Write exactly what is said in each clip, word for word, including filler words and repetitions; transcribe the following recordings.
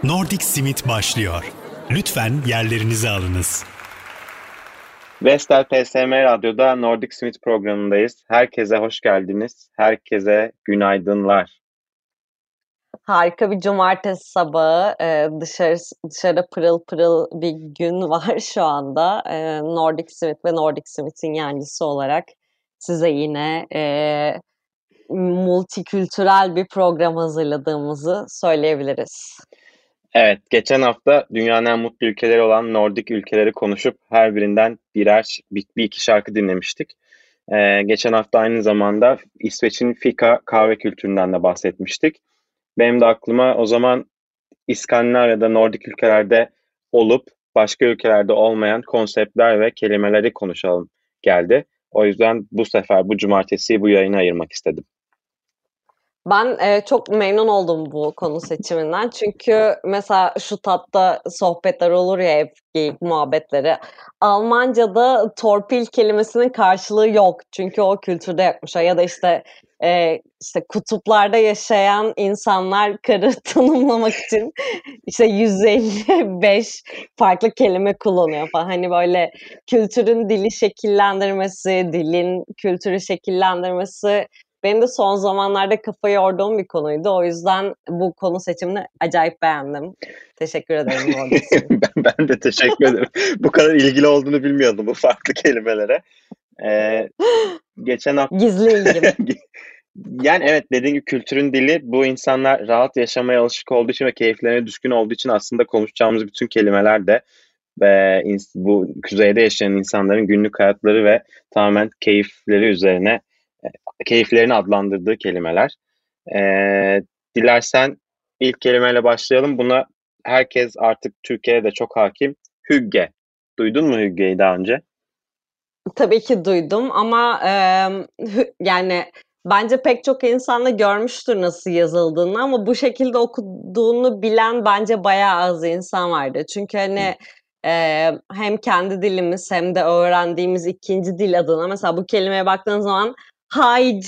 Nordic Simit başlıyor. Lütfen yerlerinizi alınız. Vestel P S M Radyo'da Nordic Simit programındayız. Herkese hoş geldiniz. Herkese günaydınlar. Harika bir cumartesi sabahı. Ee, dışarı, dışarıda pırıl pırıl bir gün var şu anda. Ee, Nordic Simit ve Nordic Simit'in yancısı olarak size yine e, multikültürel bir program hazırladığımızı söyleyebiliriz. Evet, geçen hafta dünyanın en mutlu ülkeleri olan Nordik ülkeleri konuşup her birinden birer, bir, bir iki şarkı dinlemiştik. Ee, geçen hafta aynı zamanda İsveç'in fika kahve kültüründen de bahsetmiştik. Benim de aklıma o zaman İskandinavya'da, Nordik ülkelerde olup başka ülkelerde olmayan konseptler ve kelimeleri konuşalım geldi. O yüzden bu sefer bu cumartesiyi bu yayına ayırmak istedim. Ben e, çok memnun oldum bu konu seçiminden. Çünkü mesela şu tatta sohbetler olur ya, hep geyik muhabbetleri. Almanca'da torpil kelimesinin karşılığı yok. Çünkü o kültürde yokmuş. Ya da işte e, işte kutuplarda yaşayan insanlar karı tanımlamak için işte yüz elli beş farklı kelime kullanıyor falan. Hani böyle kültürün dili şekillendirmesi, dilin kültürü şekillendirmesi benim de son zamanlarda kafayı yorduğum bir konuydu. O yüzden bu konu seçimini acayip beğendim. Teşekkür ederim Nordic Simit. ben, ben de teşekkür ederim. Bu kadar ilgili olduğunu bilmiyordum bu farklı kelimelere. Ee, geçen hafta... Gizli ilgim. Yani evet, dediğim gibi kültürün dili, bu insanlar rahat yaşamaya alışık olduğu için ve keyiflerine düşkün olduğu için aslında konuşacağımız bütün kelimeler de ve bu kuzeyde yaşayan insanların günlük hayatları ve tamamen keyifleri üzerine keyiflerini adlandırdığı kelimeler. Ee, dilersen ilk kelimeyle başlayalım. Buna herkes artık Türkiye'de de çok hakim. Hygge. Duydun mu hyggeyi daha önce? Tabii ki duydum ama e, yani bence pek çok insan da görmüştür nasıl yazıldığını, ama bu şekilde okuduğunu bilen bence bayağı az insan vardı. Çünkü hani e, hem kendi dilimiz hem de öğrendiğimiz ikinci dil adına mesela bu kelimeye baktığın zaman hayc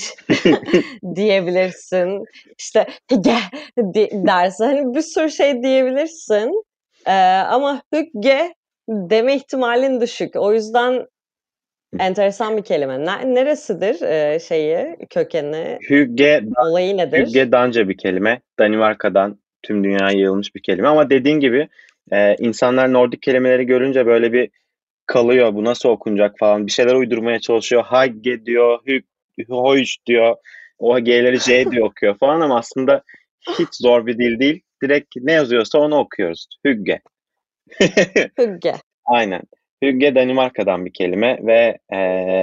diyebilirsin. İşte hige dersin. Hani bir sürü şey diyebilirsin. E, ama hygge deme ihtimalin düşük. O yüzden enteresan bir kelime. Neresidir e, şeyi, kökeni, Hygge, olayı nedir? Hygge Danca bir kelime. Danimarka'dan tüm dünyaya yayılmış bir kelime. Ama dediğin gibi e, insanlar Nordik kelimeleri görünce böyle bir kalıyor. Bu nasıl okunacak falan. Bir şeyler uydurmaya çalışıyor. Hygge diyor, Hygge, Hoyş diyor. O G'leri J diye okuyor falan ama aslında hiç zor bir dil değil. Direkt ne yazıyorsa onu okuyoruz. Hygge. Hygge. Aynen. Hygge Danimarka'dan bir kelime ve e,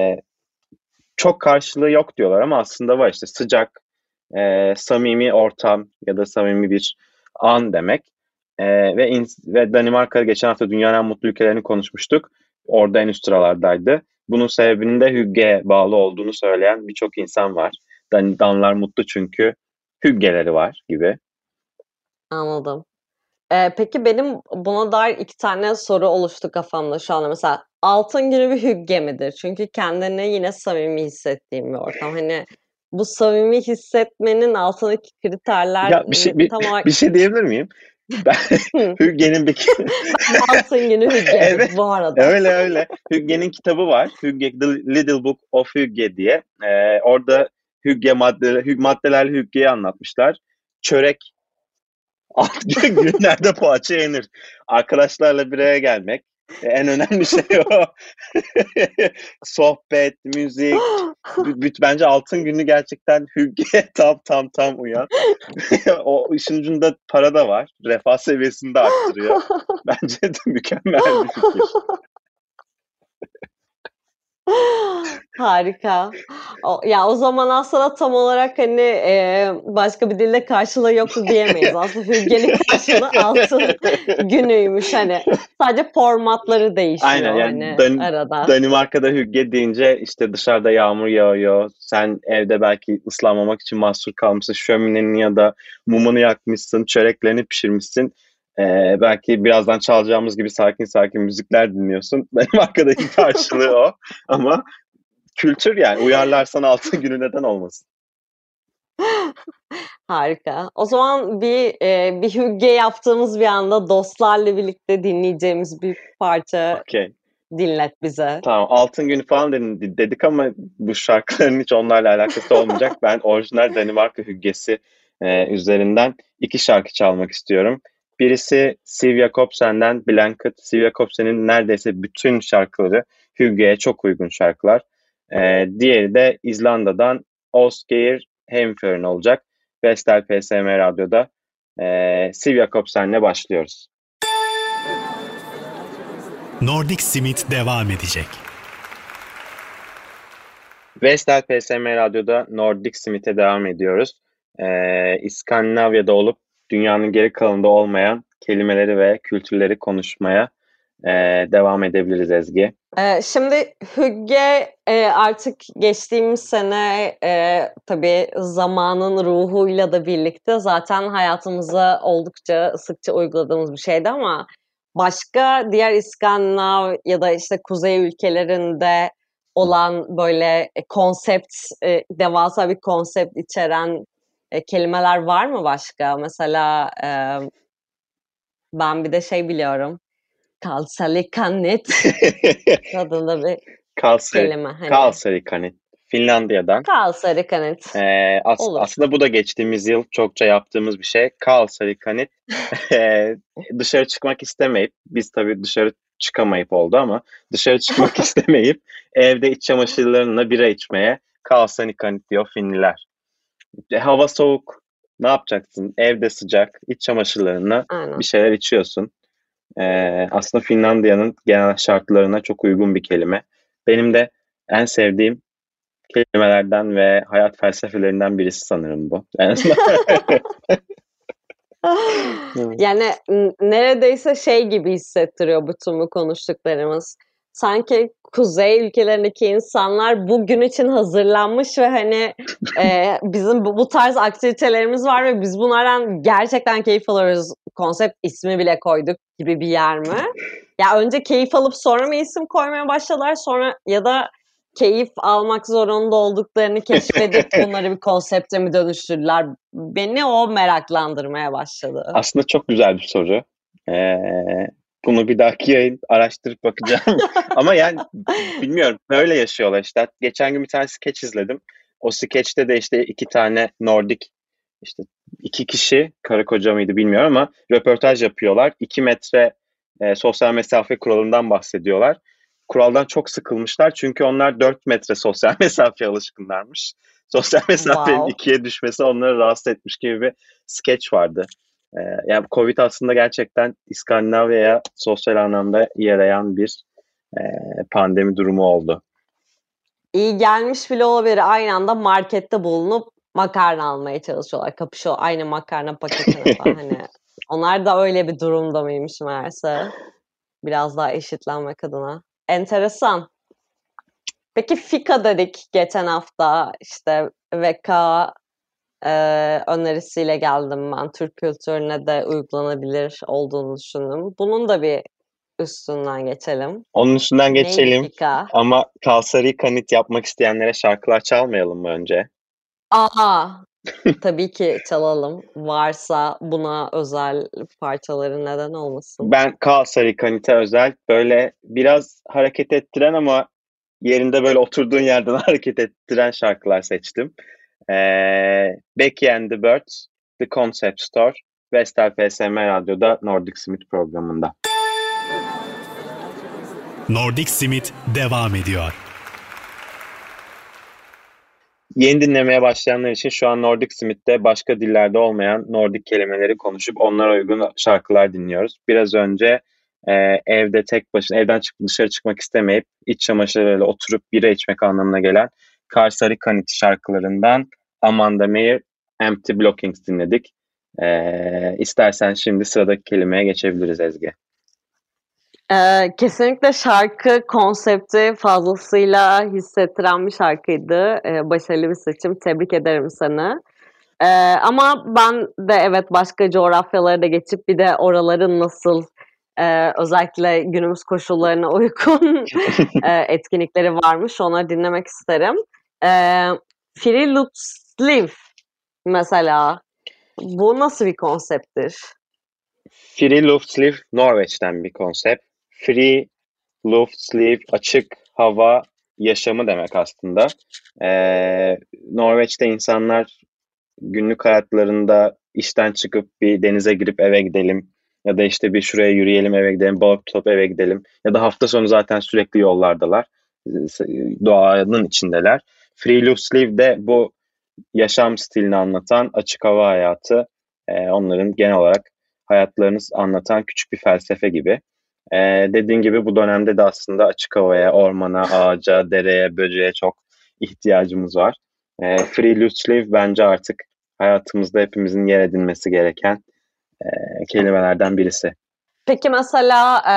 çok karşılığı yok diyorlar ama aslında var, işte sıcak, e, samimi ortam ya da samimi bir an demek. E, ve in- ve Danimarka geçen hafta dünyanın en mutlu ülkelerini konuşmuştuk. Orada en üst sıralardaydı. Bunun sebebinin de Hygge'ye bağlı olduğunu söyleyen birçok insan var. Dan Danlar mutlu çünkü hyggeleri var gibi. Anladım. Ee, peki benim buna dair iki tane soru oluştu kafamda şu anda. Mesela altın günü bir hygge midir? Çünkü kendini yine samimi hissettiğim bir ortam. Hani bu samimi hissetmenin altındaki kriterler Ya bir şey bir, tam olarak... bir şey diyebilir miyim? Ben Hygge'nin bir altın günü hygge evet, bu arada. öyle öyle. Hygge'nin kitabı var. Hygge, The Little Book of Hygge diye. Ee, orada Hygge maddeler, maddelerle Hygge'yi anlatmışlar. Çörek, alt günlerde poğaça yenir. Arkadaşlarla bir araya gelmek. En önemli şey o. Sohbet, müzik. Bence altın günü gerçekten Hygge tam tam tam uyan. O işin ucunda para da var. Refah seviyesini de arttırıyor. Bence de mükemmel bir fikir. Harika. O, ya o zaman aslında tam olarak hani e, başka bir dilde karşılığı yoktu diyemeyiz. Aslında hyggenin karşılığı altın günüymüş hani. Sadece formatları değişiyor. Aynen, yani hani Dan- arada. Danimarka'da hygge deyince işte dışarıda yağmur yağıyor. Sen evde belki ıslanmamak için mahsur kalmışsın. Şöminenin ya da mumunu yakmışsın. Çöreklerini pişirmişsin. Ee, belki birazdan çalacağımız gibi sakin sakin müzikler dinliyorsun. Danimarka'daki karşılığı o. Ama kültür, yani uyarlarsan altın günü neden olmasın? Harika. O zaman bir e, bir hügge yaptığımız bir anda dostlarla birlikte dinleyeceğimiz bir parça Okey. dinlet bize. Tamam. Altın Günü falan dedin- dedik ama bu şarkıların hiç onlarla alakası olmayacak. Ben orijinal Danimarka hüggesi e, üzerinden iki şarkı çalmak istiyorum. Birisi Siv Jakobsen'den Blanket. Siv Jakobsen'in neredeyse bütün şarkıları hüggeye çok uygun şarkılar. E, diğeri de İzlanda'dan Osgeir Heimfören olacak. Vestel P S M Radyo'da. E, Siv Jakobsen'le başlıyoruz. Nordic Simit devam edecek. Vestel P S M Radyo'da Nordic Smith'e devam ediyoruz. Ee, İskandinavya'da olup dünyanın geri kalanında olmayan kelimeleri ve kültürleri konuşmaya e, devam edebiliriz Ezgi. Ee, şimdi hügge e, artık geçtiğimiz sene e, tabii zamanın ruhuyla da birlikte zaten hayatımıza oldukça sıkça uyguladığımız bir şeydi ama başka diğer İskandinav ya da işte kuzey ülkelerinde olan böyle e, konsept, e, devasa bir konsept içeren e, kelimeler var mı başka? Mesela e, ben bir de şey biliyorum. Kalsalikannet adında bir Kalsari, kelime hani. Kalsarikanit. Finlandiya'dan. Kalsarikannet. Ee, as- Olur. aslında bu da geçtiğimiz yıl çokça yaptığımız bir şey. Kalsarikanit. Ee, dışarı çıkmak istemeyip, biz tabii dışarı çıkamayıp oldu ama dışarı çıkmak istemeyip evde iç çamaşırlarına bira içmeye kalsarikanit diyor Finliler. E, hava soğuk. Ne yapacaksın? Evde sıcak. İç çamaşırlarına Aynen. bir şeyler içiyorsun. Ee, aslında Finlandiya'nın genel şartlarına çok uygun bir kelime. Benim de en sevdiğim kelimelerden ve hayat felsefelerinden birisi sanırım bu. En azından. Yani n- neredeyse şey gibi hissettiriyor bütün bu konuştuklarımız. Sanki kuzey ülkelerindeki insanlar bugün için hazırlanmış ve hani e, bizim bu, bu tarz aktivitelerimiz var ve biz bunlardan gerçekten keyif alıyoruz. Konsept ismi bile koyduk gibi bir yer mi? Ya önce keyif alıp sonra mı isim koymaya başladılar, sonra ya da keyif almak zorunda olduklarını keşfedip bunları bir konsepte mi dönüştürdüler? Beni o meraklandırmaya başladı. Aslında çok güzel bir soru. Ee, bunu bir dahaki yayın araştırıp bakacağım. Ama yani bilmiyorum. Böyle yaşıyorlar işte. Geçen gün bir tane skeç izledim. O skeçte de işte iki tane Nordik, işte iki kişi, karı koca mıydı bilmiyorum ama röportaj yapıyorlar. İki metre e, sosyal mesafe kuralından bahsediyorlar. Kuraldan çok sıkılmışlar çünkü onlar dört metre sosyal mesafeye alışkınlarmış. Sosyal mesafenin Wow. ikiye düşmesi onları rahatsız etmiş gibi bir skeç vardı. Ee, yani Covid aslında gerçekten İskandinavya'ya sosyal anlamda yarayan bir e, pandemi durumu oldu. İyi gelmiş bile olabilir. Aynı anda markette bulunup makarna almaya çalışıyorlar. Kapışıyor aynı makarna paketine falan. Hani onlar da öyle bir durumda mıymış meğerse. Biraz daha eşitlenmek adına. Enteresan. Peki Fika dedik geçen hafta. İşte V K e, önerisiyle geldim ben. Türk kültürüne de uygulanabilir olduğunu düşündüm. Bunun da bir üstünden geçelim. Onun üstünden Neydi geçelim Fika? ama Kalsarikanit yapmak isteyenlere şarkılar çalmayalım mı önce? Aha! Tabii ki çalalım. Varsa buna özel parçaları neden olmasın? Ben Kalsarikanit'e özel böyle biraz hareket ettiren ama yerinde böyle oturduğun yerden hareket ettiren şarkılar seçtim. Ee, Becky and the Birds, The Concept Store, Vestel P S M Radyo'da Nordic Smith programında. Nordic Simit devam ediyor. Yeni dinlemeye başlayanlar için şu an Nordic Smith'te başka dillerde olmayan Nordik kelimeleri konuşup onlara uygun şarkılar dinliyoruz. Biraz önce e, evde tek başına, evden çık dışarı çıkmak istemeyip iç çamaşırlarıyla oturup bira içmek anlamına gelen Kalsarikanit şarkılarından Amanda Meyer, Empty Blockings dinledik. E, istersen şimdi sıradaki kelimeye geçebiliriz Ezgi. Ee, kesinlikle şarkı konsepti fazlasıyla hissettiren bir şarkıydı. Ee, başarılı bir seçim. Tebrik ederim seni. Ee, ama ben de evet başka coğrafyalara da geçip bir de oraların nasıl e, özellikle günümüz koşullarına uygun e, etkinlikleri varmış. Onları dinlemek isterim. Ee, Friluftsliv mesela. Bu nasıl bir konsepttir? Free Luftsliv Norveç'ten bir konsept. Free Luftsliv açık hava yaşamı demek aslında. Ee, Norveç'te insanlar günlük hayatlarında işten çıkıp bir denize girip eve gidelim ya da işte bir şuraya yürüyelim eve gidelim, balık tutup eve gidelim ya da hafta sonu zaten sürekli yollardalar, doğanın içindeler. Free Luftsliv de bu yaşam stilini anlatan açık hava hayatı, e, onların genel olarak hayatlarını anlatan küçük bir felsefe gibi. E, dediğin gibi bu dönemde de aslında açık havaya, ormana, ağaca, dereye, böceğe çok ihtiyacımız var. E, Free Luftsliv bence artık hayatımızda hepimizin yer edinmesi gereken e, kelimelerden birisi. Peki mesela e,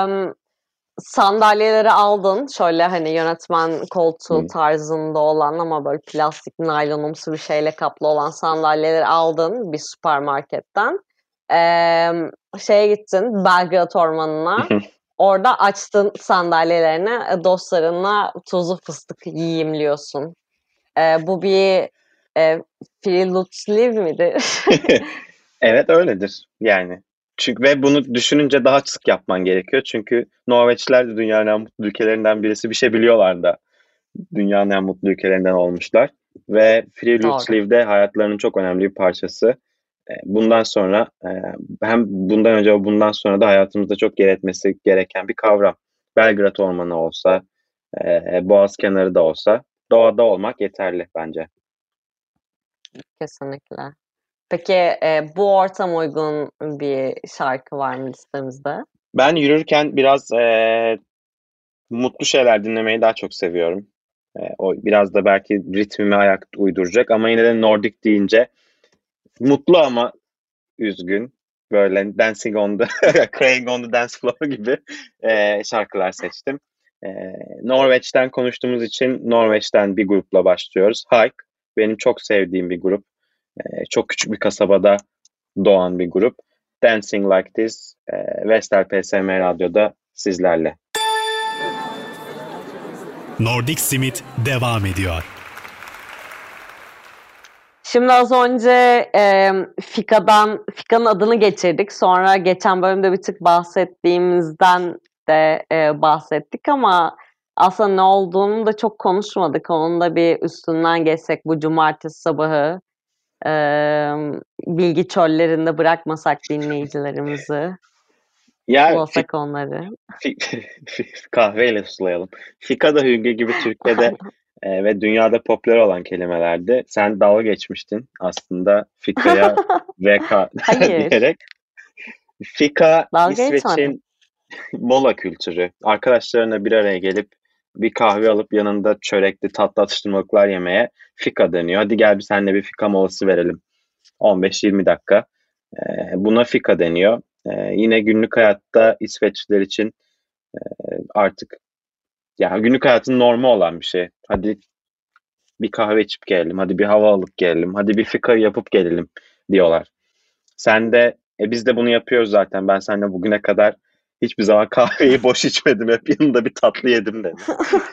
sandalyeleri aldın. Şöyle hani yönetmen koltuğu Hı. tarzında olan ama böyle plastik naylonumsu bir şeyle kaplı olan sandalyeleri aldın bir süpermarketten. Ee, şeye gittin Belgrad Ormanı'na. Orada açtın sandalyelerini dostlarınla tuzlu fıstık yiyimliyorsun. Ee, bu bir e, Free Luftsliv midir? Evet öyledir yani. Çünkü ve bunu düşününce daha sık yapman gerekiyor. Çünkü Norveçliler de dünyanın en mutlu ülkelerinden birisi. Bir şey biliyorlar da dünyanın en mutlu ülkelerinden olmuşlar. Ve Free Doğru. Luftsliv de hayatlarının çok önemli bir parçası. E, Bundan sonra e, hem bundan önce ve bundan sonra da hayatımızda çok yer etmesi gereken bir kavram. Belgrad Ormanı olsa, e, Boğaz kenarı da olsa doğada olmak yeterli bence. Kesinlikle. Peki e, bu ortam uygun bir şarkı var mı listemizde? Ben yürürken biraz e, mutlu şeyler dinlemeyi daha çok seviyorum. E, o biraz da belki ritmimi ayak uyduracak ama yine de Nordic deyince mutlu ama üzgün. Böyle Dancing on the Crying on the Dance Floor gibi e, şarkılar seçtim. E, Norveç'ten konuştuğumuz için Norveç'ten bir grupla başlıyoruz. Haik benim çok sevdiğim bir grup. E, çok küçük bir kasabada doğan bir grup. Dancing Like This, e, Vestel P S M Radyo'da sizlerle. Nordic Simit devam ediyor. Şimdi az önce e, Fika'dan, Fika'nın adını geçirdik. Sonra geçen bölümde bir tık bahsettiğimizden de e, bahsettik ama aslında ne olduğunu da çok konuşmadık. Onun da bir üstünden geçsek bu cumartesi sabahı e, bilgi çöllerinde bırakmasak dinleyicilerimizi, Ya sulasak onları. kahveyle sulayalım. Fika da hüngü gibi Türkiye'de e, ve dünyada popüler olan kelimelerdi. Sen dalga geçmiştin aslında Fika'ya V K Hayır, diyerek. Fika dalga geçmedim. İsveç'in mola kültürü. Arkadaşlarına bir araya gelip bir kahve alıp yanında çörekli tatlı atıştırmalıklar yemeye fika deniyor. Hadi gel bir seninle bir fika molası verelim. on beş yirmi dakika. E, buna fika deniyor. E, yine günlük hayatta İsveçliler için artık ya günlük hayatın normu olan bir şey. Hadi bir kahve içip gelelim, hadi bir hava alıp gelelim, hadi bir fika yapıp gelelim diyorlar. Sen de e biz de bunu yapıyoruz zaten. Ben seninle bugüne kadar hiçbir zaman kahveyi boş içmedim. Hep yanında bir tatlı yedim dedim.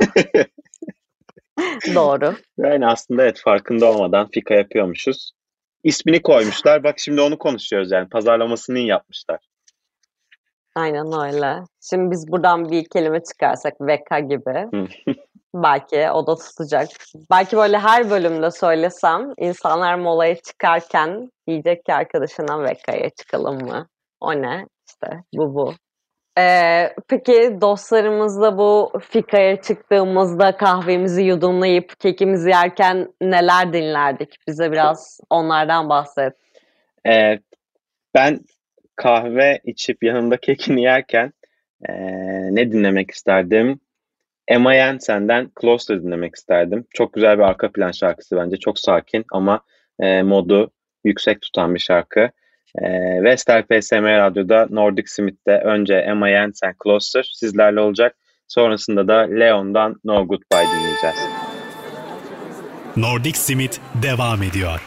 Doğru. Yani aslında evet farkında olmadan fika yapıyormuşuz. İsmini koymuşlar. Bak şimdi onu konuşuyoruz yani. Pazarlamasını iyi yapmışlar. Aynen öyle. Şimdi biz buradan bir kelime çıkarsak veka gibi belki o da tutacak. Belki böyle her bölümde söylesem insanlar molaya çıkarken diyecek ki arkadaşına vekaya çıkalım mı? O ne? İşte bu bu. Ee, peki dostlarımızla bu fikaya çıktığımızda kahvemizi yudumlayıp kekimizi yerken neler dinlerdik? Bize biraz onlardan bahset. Ee, ben kahve içip yanında kekini yerken ee, ne dinlemek isterdim? Emma Jensen'den Closer dinlemek isterdim. Çok güzel bir arka plan şarkısı bence. Çok sakin ama e, modu yüksek tutan bir şarkı. E, Vestel P S M Radyo'da Nordic Smith'te önce Emma Jensen Closer sizlerle olacak. Sonrasında da Leon'dan No Goodbye dinleyeceğiz. Nordic Simit devam ediyor.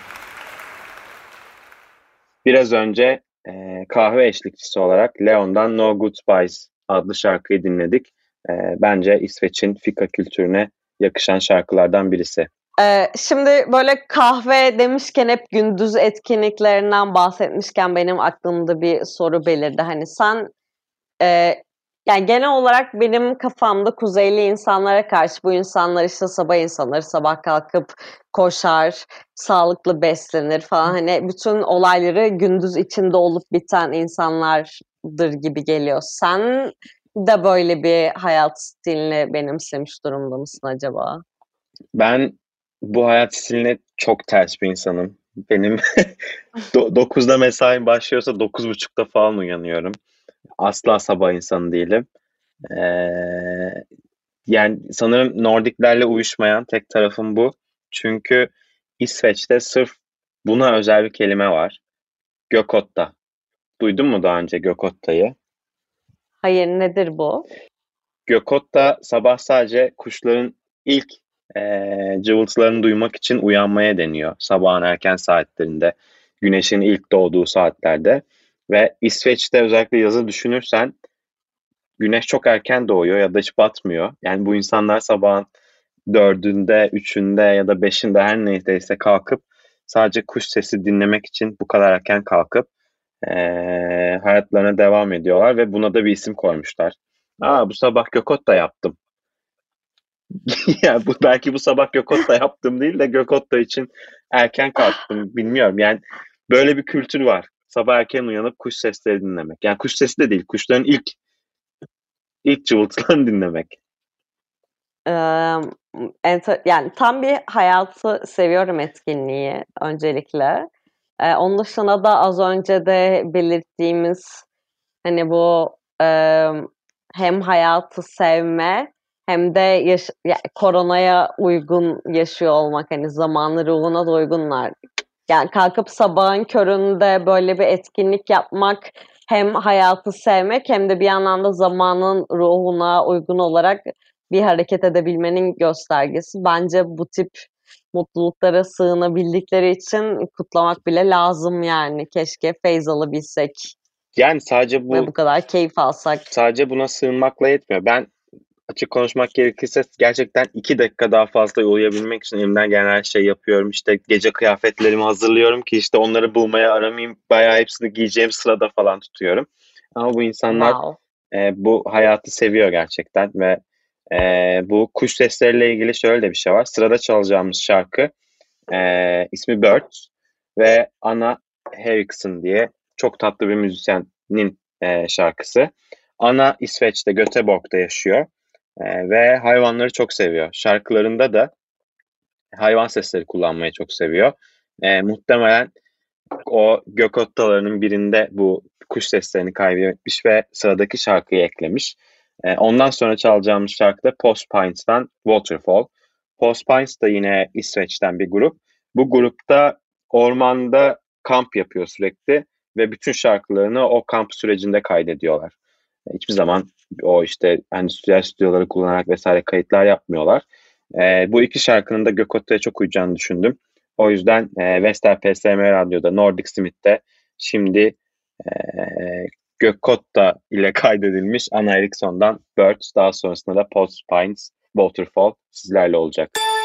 Biraz önce e, kahve eşlikçisi olarak Leon'dan No Goodbyes adlı şarkıyı dinledik. E, bence İsveç'in fika kültürüne yakışan şarkılardan birisi. Eee, şimdi böyle kahve demişken hep gündüz etkinliklerinden bahsetmişken benim aklımda bir soru belirdi. Hani sen eee, yani genel olarak benim kafamda kuzeyli insanlara karşı bu insanlar işte sabah insanları sabah kalkıp koşar, sağlıklı beslenir falan hani bütün olayları gündüz içinde olup biten insanlardır gibi geliyor. Sen de böyle bir hayat stilini benimsemiş durumda mısın acaba? Ben bu hayat stiline çok ters bir insanım. Benim do- dokuzda mesaim başlıyorsa dokuz buçukta falan uyanıyorum. Asla sabah insanı değilim. Ee, Yani sanırım Nordiklerle uyuşmayan tek tarafım bu. Çünkü İsveç'te sırf buna özel bir kelime var. Gökotta. Duydun mu daha önce Gökotta'yı? Hayır, nedir bu? Gökotta sabah sadece kuşların ilk eee cıvıltılarını duymak için uyanmaya deniyor. Sabahın erken saatlerinde, güneşin ilk doğduğu saatlerde. Ve İsveç'te özellikle yazı düşünürsen güneş çok erken doğuyor ya da hiç batmıyor. Yani bu insanlar sabahın dördünde, üçünde ya da beşinde her neydeyse kalkıp sadece kuş sesi dinlemek için bu kadar erken kalkıp eee, hayatlarına devam ediyorlar ve buna da bir isim koymuşlar. Aa, bu sabah Gökotta yaptım. Yani bu belki bu sabah Gökotta yaptım değil de Gökotta için erken kalktım. Bilmiyorum. Yani böyle bir kültür var. Sabah erken uyanıp kuş sesleri dinlemek. Yani kuş sesi de değil, kuşların ilk ilk cıvıltılarını dinlemek. Emm, ente yani tam bir hayatı seviyorum etkinliği öncelikle. Eee, onun dışında da az önce de belirttiğimiz, hani, bu, emm, hem hayatı sevme hem de yaş ya, koronaya uygun yaşıyor olmak, hani, zamanı ruhuna da uygunlar. Yani kalkıp sabahın köründe böyle bir etkinlik yapmak hem hayatı sevmek hem de bir yandan da zamanın ruhuna uygun olarak bir hareket edebilmenin göstergesi. Bence bu tip mutluluklara sığınabildikleri için kutlamak bile lazım yani. Keşke feyz alabilsek Yani sadece ve bu bu kadar keyif alsak. sadece buna sığınmakla yetmiyor. Ben açık konuşmak gerekirse gerçekten iki dakika daha fazla uyuyabilmek için elimden gelen her şeyi yapıyorum. İşte gece kıyafetlerimi hazırlıyorum ki işte onları bulmaya aramayayım. Bayağı hepsini giyeceğim sırada falan tutuyorum. Ama bu insanlar Wow! e, bu hayatı seviyor gerçekten ve e, bu kuş sesleriyle ilgili şöyle de bir şey var. Sırada çalacağımız şarkı e, ismi Birds ve Anna Henriksen diye çok tatlı bir müzisyenin e, şarkısı. Anna İsveç'te Göteborg'da yaşıyor. Ee, ve hayvanları çok seviyor. Şarkılarında da hayvan sesleri kullanmayı çok seviyor. Ee, muhtemelen o gök ottalarının birinde bu kuş seslerini kaybetmiş ve sıradaki şarkıyı eklemiş. Ee, ondan sonra çalacağımız şarkı da Post Pines'tan Waterfall. Post Pines da yine İsveç'ten bir grup. Bu grupta ormanda kamp yapıyor sürekli ve bütün şarkılarını o kamp sürecinde kaydediyorlar. Hiçbir zaman o işte endüstriyel stüdyoları kullanarak vesaire kayıtlar yapmıyorlar. Ee, bu iki şarkının da Gökotta'ya çok uyacağını düşündüm. O yüzden e, Vestel P S M Radyo'da Nordic Smith'te şimdi e, Gökotta ile kaydedilmiş Anna Eriksson'dan Birds, daha sonrasında da Post Pines Waterfall sizlerle olacak.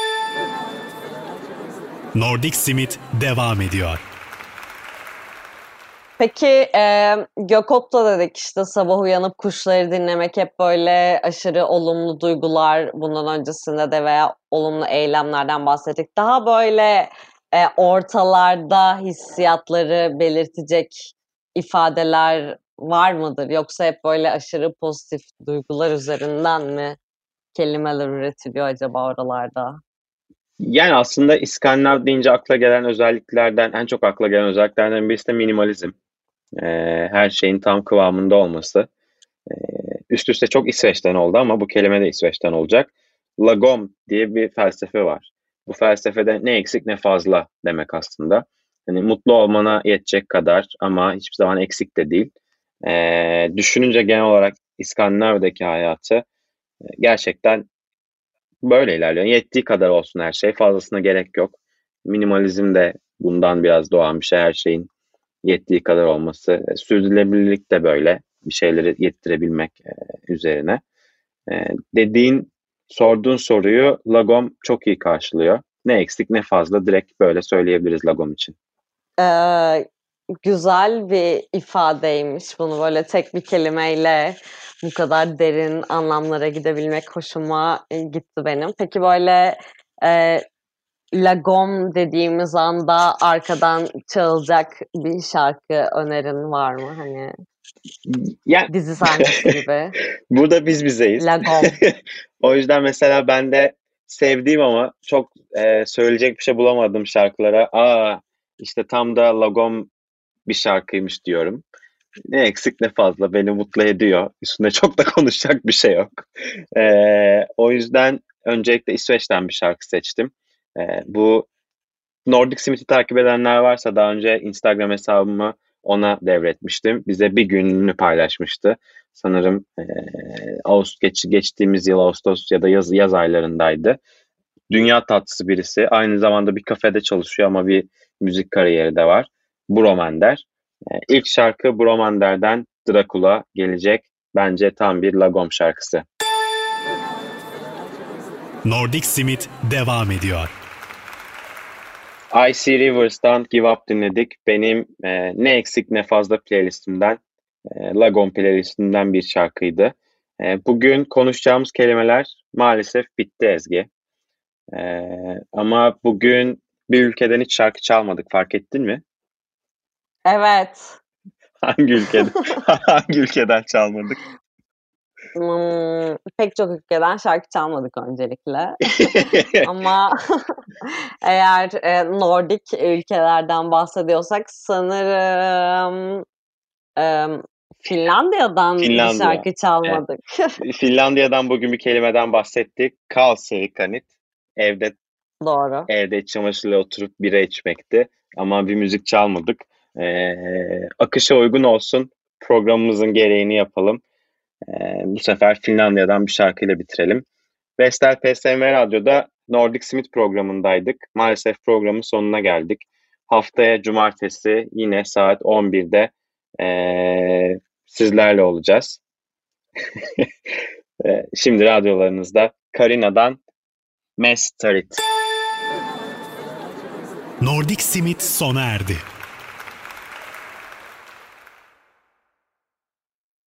Nordic Simit devam ediyor. Peki, emm, Gökot'ta dedik, işte, sabah uyanıp kuşları dinlemek hep böyle aşırı olumlu duygular, bundan öncesinde de veya olumlu eylemlerden bahsettik. Daha böyle, eee, ortalarda hissiyatları belirtecek ifadeler var mıdır? Yoksa hep böyle aşırı pozitif duygular üzerinden mi kelimeler üretiliyor acaba oralarda? Yani aslında İskandinav deyince akla gelen özelliklerden, en çok akla gelen özelliklerden birisi de minimalizm. Ee, her şeyin tam kıvamında olması. Ee, Üst üste çok İsveç'ten oldu ama bu kelime de İsveç'ten olacak. Lagom diye bir felsefe var. Bu felsefede ne eksik ne fazla demek aslında. Hani mutlu olmana yetecek kadar ama hiçbir zaman eksik de değil. Ee, düşününce genel olarak İskandinav'daki hayatı e, gerçekten böyle ilerliyor. Yettiği kadar olsun her şey. Fazlasına gerek yok. Minimalizm de bundan biraz doğan bir şey. Her şeyin yettiği kadar olması. E, Sürdürülebilirlik de böyle. Bir şeyleri yettirebilmek e, üzerine. E, dediğin, sorduğun soruyu Lagom çok iyi karşılıyor. Ne eksik ne fazla, direkt böyle söyleyebiliriz Lagom için. Ee, güzel bir ifadeymiş. Bunu böyle tek bir kelimeyle bu kadar derin anlamlara gidebilmek hoşuma e, gitti benim. Peki böyle e, Lagom dediğimiz anda arkadan çalacak bir şarkı önerin var mı? Hani Yani dizi sahnesi gibi. burada biz bizeyiz. Lagom. O yüzden mesela ben de sevdiğim ama çok e, söyleyecek bir şey bulamadığım şarkılara aa işte tam da Lagom bir şarkıymış diyorum. Ne eksik ne fazla, beni mutlu ediyor. Üstünde çok da konuşacak bir şey yok. E, o yüzden öncelikle İsveç'ten bir şarkı seçtim. E, bu Nordic Smith'i takip edenler varsa, daha önce Instagram hesabımı ona devretmiştim. Bize bir gününü paylaşmıştı. Sanırım e, Ağustos, geç, geçtiğimiz yıl Ağustos ya da yaz, yaz aylarındaydı. Dünya tatlısı birisi. Aynı zamanda bir kafede çalışıyor ama bir müzik kariyeri de var. Bromander. E, ilk şarkı Bromander'den Dracula gelecek. Bence tam bir Lagom şarkısı. Nordic Smith devam ediyor. Icy Rivers'tan Give Up dinledik. Benim e, ne eksik ne fazla playlistimden, e, Lagom playlistimden bir şarkıydı. E, bugün konuşacağımız kelimeler maalesef bitti Ezgi. E, ama bugün bir ülkeden hiç şarkı çalmadık, fark ettin mi? Evet. Hangi ülkeden, hangi ülkeden çalmadık? Hmm, pek çok ülkeden şarkı çalmadık öncelikle. Ama eğer e, Nordik ülkelerden bahsediyorsak sanırım e, Finlandiya'dan bir Finlandiya. şarkı çalmadık. Evet. Finlandiya'dan bugün bir kelimeden bahsettik. Kalserikanit. Evde Doğru. Evde iç çamaşırla oturup bira içmekti. Ama bir müzik çalmadık. Ee, akışa uygun olsun. Programımızın gereğini yapalım. Ee, bu sefer Finlandiya'dan bir şarkıyla bitirelim. Vestel P S M Radyo'da Nordic Smith programındaydık. Maalesef programın sonuna geldik. Haftaya cumartesi yine saat on birde ee, sizlerle olacağız. ee, şimdi radyolarınızda Karina'dan Mestarit. Nordic Smith sona erdi.